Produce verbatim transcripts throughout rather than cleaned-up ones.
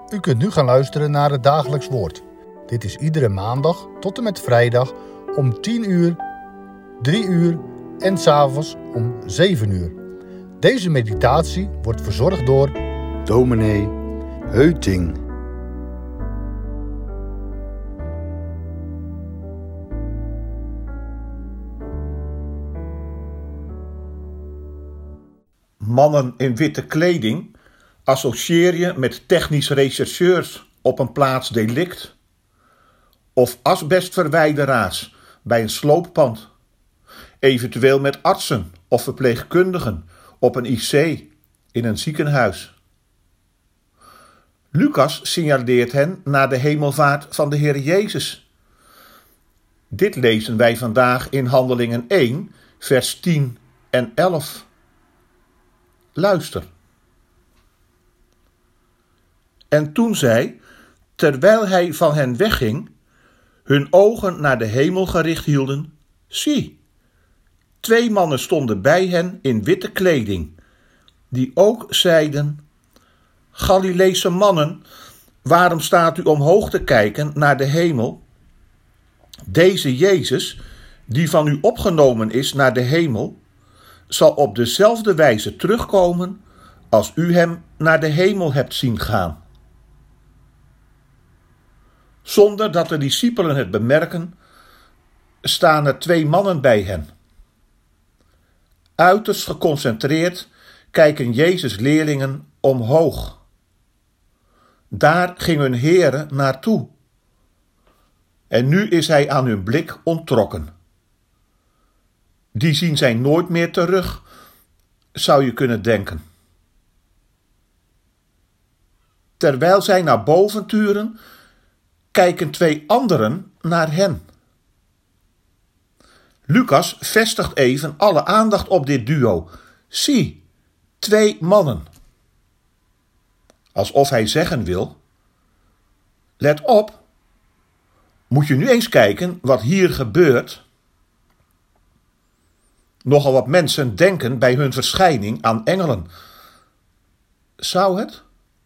U kunt nu gaan luisteren naar het dagelijks woord. Dit is iedere maandag tot en met vrijdag om tien uur, drie uur en 's avonds om zeven uur. Deze meditatie wordt verzorgd door dominee Heuting. Mannen in witte kleding associeer je met technisch rechercheurs op een plaats delict of asbestverwijderaars bij een slooppand, eventueel met artsen of verpleegkundigen op een I C in een ziekenhuis. Lucas signaleert hen naar de hemelvaart van de Heer Jezus. Dit lezen wij vandaag in Handelingen één, vers tien en elf. Luister. En toen zij, terwijl hij van hen wegging, hun ogen naar de hemel gericht hielden, zie, twee mannen stonden bij hen in witte kleding, die ook zeiden: Galileese mannen, waarom staat u omhoog te kijken naar de hemel? Deze Jezus, die van u opgenomen is naar de hemel, zal op dezelfde wijze terugkomen als u hem naar de hemel hebt zien gaan. Zonder dat de discipelen het bemerken, staan er twee mannen bij hen. Uiterst geconcentreerd kijken Jezus' leerlingen omhoog. Daar ging hun Heere naartoe. En nu is hij aan hun blik onttrokken. Die zien zij nooit meer terug, zou je kunnen denken. Terwijl zij naar boven turen, kijken twee anderen naar hen. Lucas vestigt even alle aandacht op dit duo. Zie, twee mannen. Alsof hij zeggen wil: let op, moet je nu eens kijken wat hier gebeurt. Nogal wat mensen denken bij hun verschijning aan engelen. Zou het?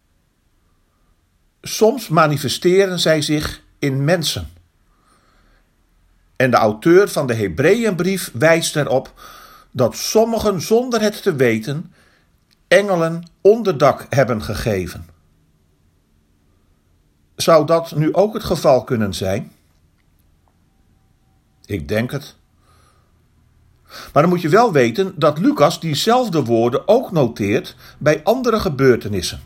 Soms manifesteren zij zich in mensen. En de auteur van de Hebreeënbrief wijst erop dat sommigen zonder het te weten engelen onderdak hebben gegeven. Zou dat nu ook het geval kunnen zijn? Ik denk het. Maar dan moet je wel weten dat Lucas diezelfde woorden ook noteert bij andere gebeurtenissen.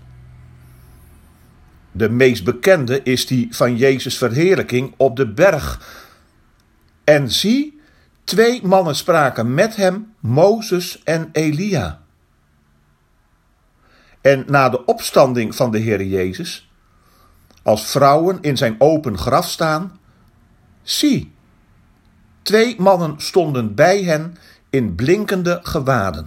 De meest bekende is die van Jezus' verheerlijking op de berg. En zie, twee mannen spraken met hem, Mozes en Elia. En na de opstanding van de Heer Jezus, als vrouwen in zijn open graf staan, zie, twee mannen stonden bij hen in blinkende gewaden.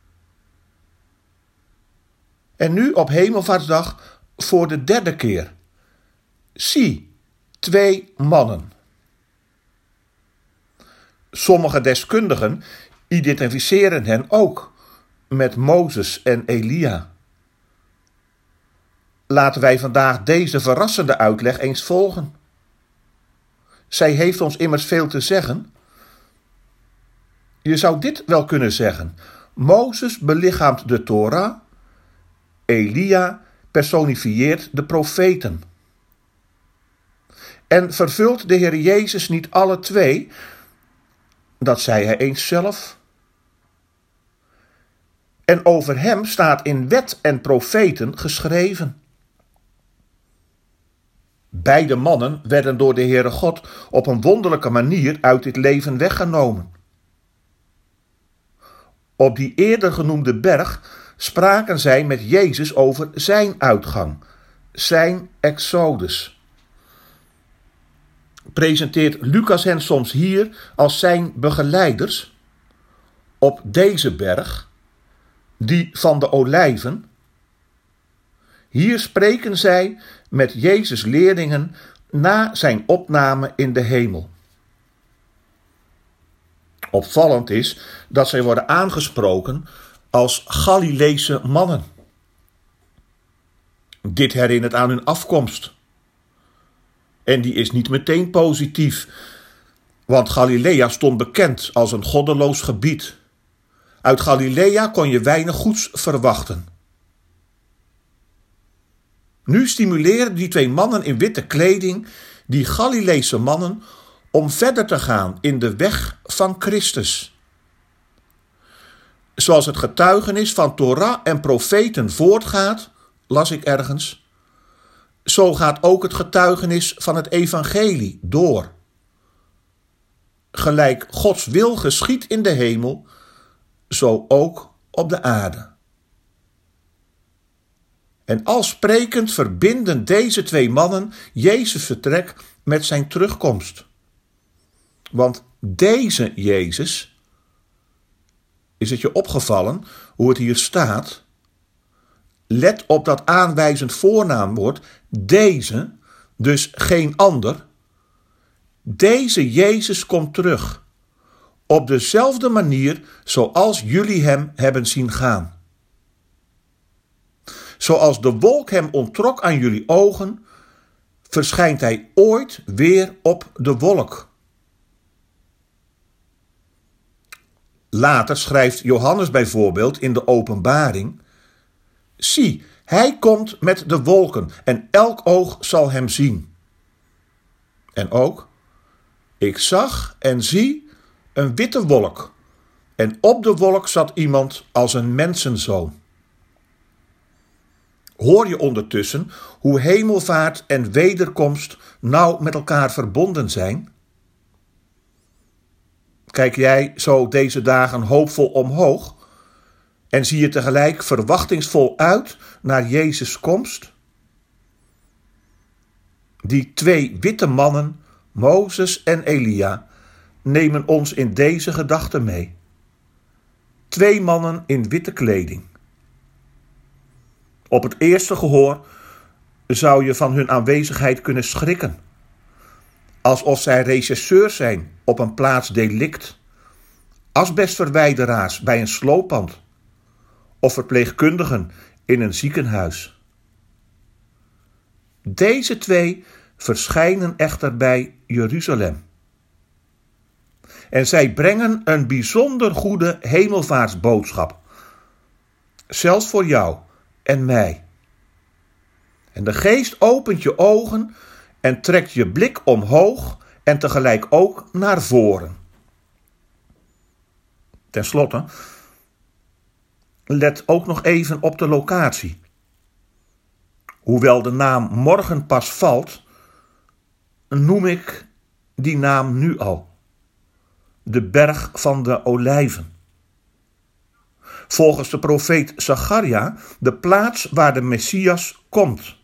En nu op Hemelvaartsdag voor de derde keer. Zie, twee mannen. Sommige deskundigen identificeren hen ook met Mozes en Elia. Laten wij vandaag deze verrassende uitleg eens volgen. Zij heeft ons immers veel te zeggen. Je zou dit wel kunnen zeggen. Mozes belichaamt de Torah. Elia personifieert de profeten. En vervult de Heer Jezus niet alle twee? Dat zei hij eens zelf. En over hem staat in wet en profeten geschreven. Beide mannen werden door de Heere God op een wonderlijke manier uit dit leven weggenomen. Op die eerder genoemde berg spraken zij met Jezus over zijn uitgang, zijn exodus. Presenteert Lucas hen soms hier als zijn begeleiders op deze berg, die van de olijven. Hier spreken zij met Jezus' leerlingen na zijn opname in de hemel. Opvallend is dat zij worden aangesproken als Galileese mannen. Dit herinnert aan hun afkomst. En die is niet meteen positief, want Galilea stond bekend als een goddeloos gebied. Uit Galilea kon je weinig goeds verwachten. Nu stimuleren die twee mannen in witte kleding die Galileese mannen om verder te gaan in de weg van Christus. Zoals het getuigenis van Torah en profeten voortgaat, las ik ergens, zo gaat ook het getuigenis van het evangelie door. Gelijk Gods wil geschiet in de hemel, zo ook op de aarde. En al sprekend verbinden deze twee mannen Jezus' vertrek met zijn terugkomst. Want deze Jezus, is het je opgevallen hoe het hier staat? Let op dat aanwijzend voornaamwoord, deze, dus geen ander. Deze Jezus komt terug, op dezelfde manier zoals jullie hem hebben zien gaan. Zoals de wolk hem onttrok aan jullie ogen, verschijnt hij ooit weer op de wolk. Later schrijft Johannes bijvoorbeeld in de Openbaring: zie, hij komt met de wolken en elk oog zal hem zien. En ook, ik zag en zie een witte wolk en op de wolk zat iemand als een mensenzoon. Hoor je ondertussen hoe hemelvaart en wederkomst nauw met elkaar verbonden zijn? Kijk jij zo deze dagen hoopvol omhoog en zie je tegelijk verwachtingsvol uit naar Jezus' komst? Die twee witte mannen, Mozes en Elia, nemen ons in deze gedachte mee. Twee mannen in witte kleding. Op het eerste gehoor zou je van hun aanwezigheid kunnen schrikken. Alsof zij rechercheurs zijn op een plaats delict, asbestverwijderaars bij een slooppand of verpleegkundigen in een ziekenhuis. Deze twee verschijnen echter bij Jeruzalem. En zij brengen een bijzonder goede hemelvaartsboodschap. Zelfs voor jou en mij. En de geest opent je ogen en trekt je blik omhoog en tegelijk ook naar voren. Ten slotte, let ook nog even op de locatie. Hoewel de naam morgen pas valt, noem ik die naam nu al. De berg van de olijven. Volgens de profeet Zacharia de plaats waar de Messias komt.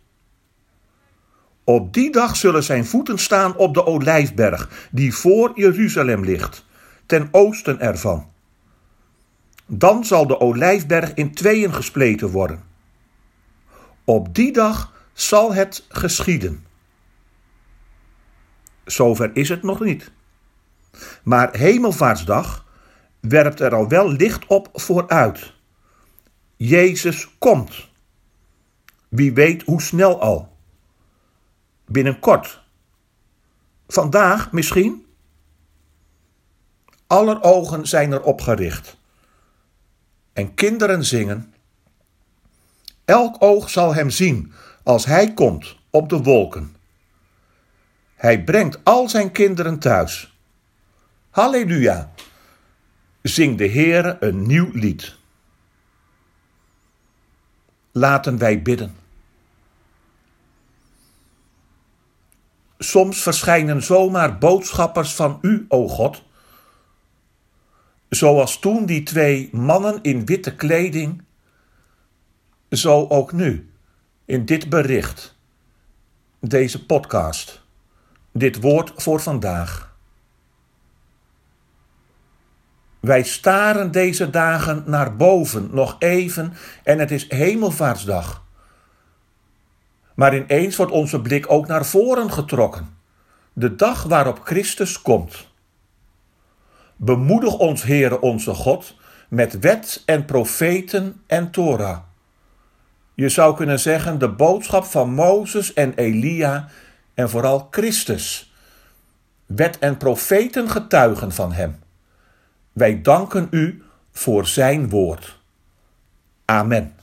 Op die dag zullen zijn voeten staan op de olijfberg, die voor Jeruzalem ligt, ten oosten ervan. Dan zal de olijfberg in tweeën gespleten worden. Op die dag zal het geschieden. Zover is het nog niet. Maar Hemelvaartsdag werpt er al wel licht op vooruit. Jezus komt. Wie weet hoe snel al. Binnenkort. Vandaag misschien? Aller ogen zijn erop gericht. En kinderen zingen: elk oog zal hem zien als hij komt op de wolken. Hij brengt al zijn kinderen thuis. Halleluja! Zing de Heere een nieuw lied. Laten wij bidden. Soms verschijnen zomaar boodschappers van u, o God, zoals toen die twee mannen in witte kleding, zo ook nu, in dit bericht, deze podcast, dit woord voor vandaag. Wij staren deze dagen naar boven, nog even, en het is Hemelvaartsdag. Maar ineens wordt onze blik ook naar voren getrokken, de dag waarop Christus komt. Bemoedig ons, Heere onze God, met wet en profeten en Torah. Je zou kunnen zeggen de boodschap van Mozes en Elia en vooral Christus. Wet en profeten getuigen van hem. Wij danken u voor zijn woord. Amen.